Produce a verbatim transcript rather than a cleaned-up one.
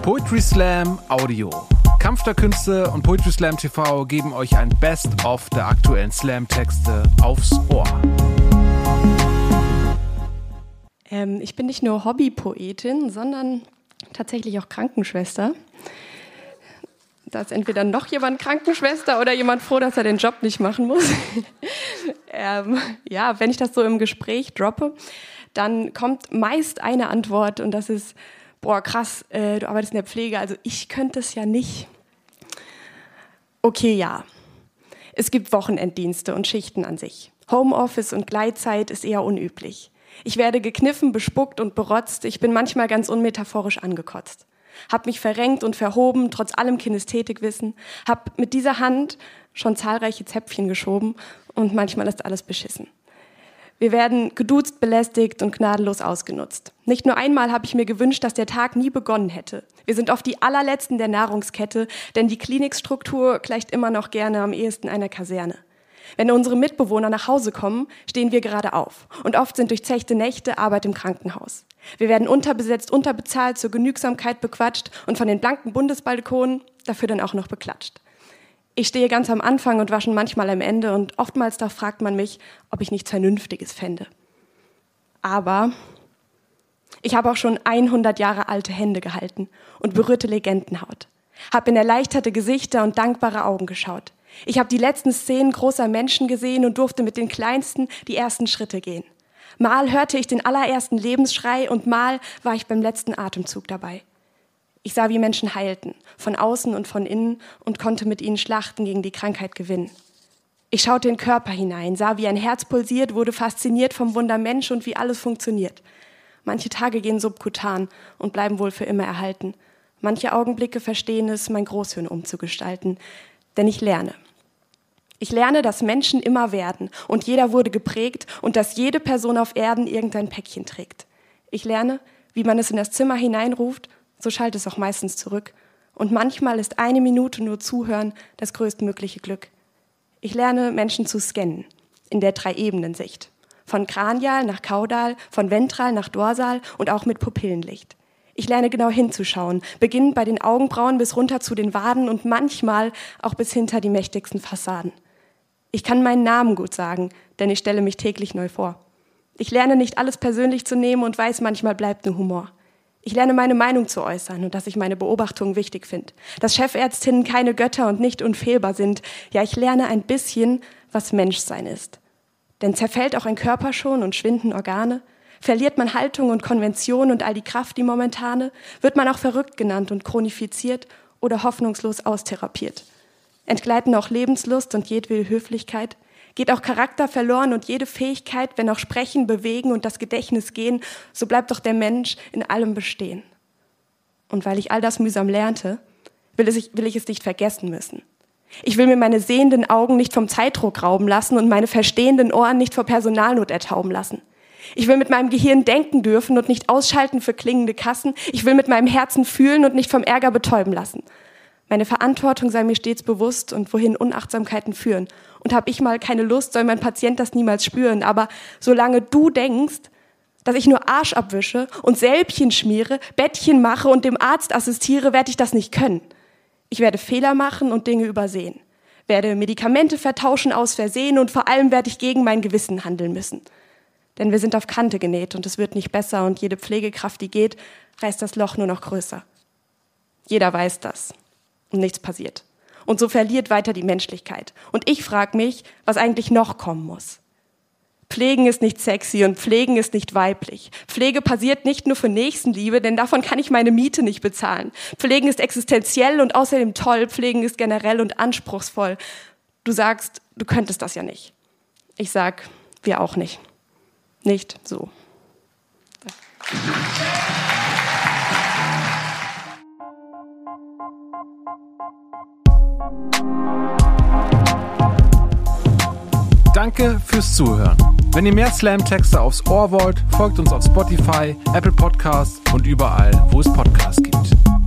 Poetry Slam Audio. Kampf der Künste und Poetry Slam T V geben euch ein Best-of der aktuellen Slam-Texte aufs Ohr. Ähm, ich bin nicht nur Hobbypoetin, sondern tatsächlich auch Krankenschwester. Da ist entweder noch jemand Krankenschwester oder jemand froh, dass er den Job nicht machen muss. ähm, ja, wenn ich das so im Gespräch droppe, dann kommt meist eine Antwort und das ist, boah krass, äh, du arbeitest in der Pflege, also ich könnte es ja nicht. Okay, ja. Es gibt Wochenenddienste und Schichten an sich. Homeoffice und Gleitzeit ist eher unüblich. Ich werde gekniffen, bespuckt und berotzt, ich bin manchmal ganz unmetaphorisch angekotzt. Hab mich verrenkt und verhoben, trotz allem Kinästhetikwissen, hab mit dieser Hand schon zahlreiche Zäpfchen geschoben und manchmal ist alles beschissen. Wir werden geduzt, belästigt und gnadenlos ausgenutzt. Nicht nur einmal habe ich mir gewünscht, dass der Tag nie begonnen hätte. Wir sind oft die allerletzten der Nahrungskette, denn die Klinikstruktur gleicht immer noch gerne am ehesten einer Kaserne. Wenn unsere Mitbewohner nach Hause kommen, stehen wir gerade auf. Und oft sind durchzechte Nächte Arbeit im Krankenhaus. Wir werden unterbesetzt, unterbezahlt, zur Genügsamkeit bequatscht und von den blanken Bundesbalkonen dafür dann auch noch beklatscht. Ich stehe ganz am Anfang und wasche manchmal am Ende und oftmals da fragt man mich, ob ich nichts Vernünftiges fände. Aber ich habe auch schon hundert Jahre alte Hände gehalten und berührte Legendenhaut. Hab in erleichterte Gesichter und dankbare Augen geschaut. Ich habe die letzten Szenen großer Menschen gesehen und durfte mit den Kleinsten die ersten Schritte gehen. Mal hörte ich den allerersten Lebensschrei und mal war ich beim letzten Atemzug dabei. Ich sah, wie Menschen heilten, von außen und von innen und konnte mit ihnen Schlachten gegen die Krankheit gewinnen. Ich schaute in den Körper hinein, sah, wie ein Herz pulsiert, wurde fasziniert vom Wunder Mensch und wie alles funktioniert. Manche Tage gehen subkutan und bleiben wohl für immer erhalten. Manche Augenblicke verstehen es, mein Großhirn umzugestalten. Denn ich lerne. Ich lerne, dass Menschen immer werden und jeder wurde geprägt und dass jede Person auf Erden irgendein Päckchen trägt. Ich lerne, wie man es in das Zimmer hineinruft, so schallt es auch meistens zurück. Und manchmal ist eine Minute nur Zuhören das größtmögliche Glück. Ich lerne, Menschen zu scannen, in der Drei-Ebenen-Sicht. Von Kranial nach Kaudal, von Ventral nach Dorsal und auch mit Pupillenlicht. Ich lerne genau hinzuschauen, beginnend bei den Augenbrauen bis runter zu den Waden und manchmal auch bis hinter die mächtigsten Fassaden. Ich kann meinen Namen gut sagen, denn ich stelle mich täglich neu vor. Ich lerne nicht alles persönlich zu nehmen und weiß, manchmal bleibt nur Humor. Ich lerne meine Meinung zu äußern und dass ich meine Beobachtungen wichtig finde. Dass Chefärztinnen keine Götter und nicht unfehlbar sind. Ja, ich lerne ein bisschen, was Menschsein ist. Denn zerfällt auch ein Körper schon und schwinden Organe? Verliert man Haltung und Konvention und all die Kraft, die momentane? Wird man auch verrückt genannt und chronifiziert oder hoffnungslos austherapiert? Entgleiten auch Lebenslust und jedwede Höflichkeit? Geht auch Charakter verloren und jede Fähigkeit, wenn auch Sprechen, Bewegen und das Gedächtnis gehen, so bleibt doch der Mensch in allem bestehen. Und weil ich all das mühsam lernte, will, es, will ich es nicht vergessen müssen. Ich will mir meine sehenden Augen nicht vom Zeitdruck rauben lassen und meine verstehenden Ohren nicht vor Personalnot ertauben lassen. Ich will mit meinem Gehirn denken dürfen und nicht ausschalten für klingende Kassen. Ich will mit meinem Herzen fühlen und nicht vom Ärger betäuben lassen. Meine Verantwortung sei mir stets bewusst und wohin Unachtsamkeiten führen. Und hab ich mal keine Lust, soll mein Patient das niemals spüren. Aber solange du denkst, dass ich nur Arsch abwische und Sälbchen schmiere, Bettchen mache und dem Arzt assistiere, werde ich das nicht können. Ich werde Fehler machen und Dinge übersehen. Werde Medikamente vertauschen aus Versehen und vor allem werde ich gegen mein Gewissen handeln müssen. Denn wir sind auf Kante genäht und es wird nicht besser und jede Pflegekraft, die geht, reißt das Loch nur noch größer. Jeder weiß das und nichts passiert. Und so verliert weiter die Menschlichkeit. Und ich frage mich, was eigentlich noch kommen muss. Pflegen ist nicht sexy und Pflegen ist nicht weiblich. Pflege passiert nicht nur für Nächstenliebe, denn davon kann ich meine Miete nicht bezahlen. Pflegen ist existenziell und außerdem toll. Pflegen ist generell und anspruchsvoll. Du sagst, du könntest das ja nicht. Ich sag, wir auch nicht. Nicht so. Danke fürs Zuhören. Wenn ihr mehr Slam-Texte aufs Ohr wollt, folgt uns auf Spotify, Apple Podcasts und überall, wo es Podcasts gibt.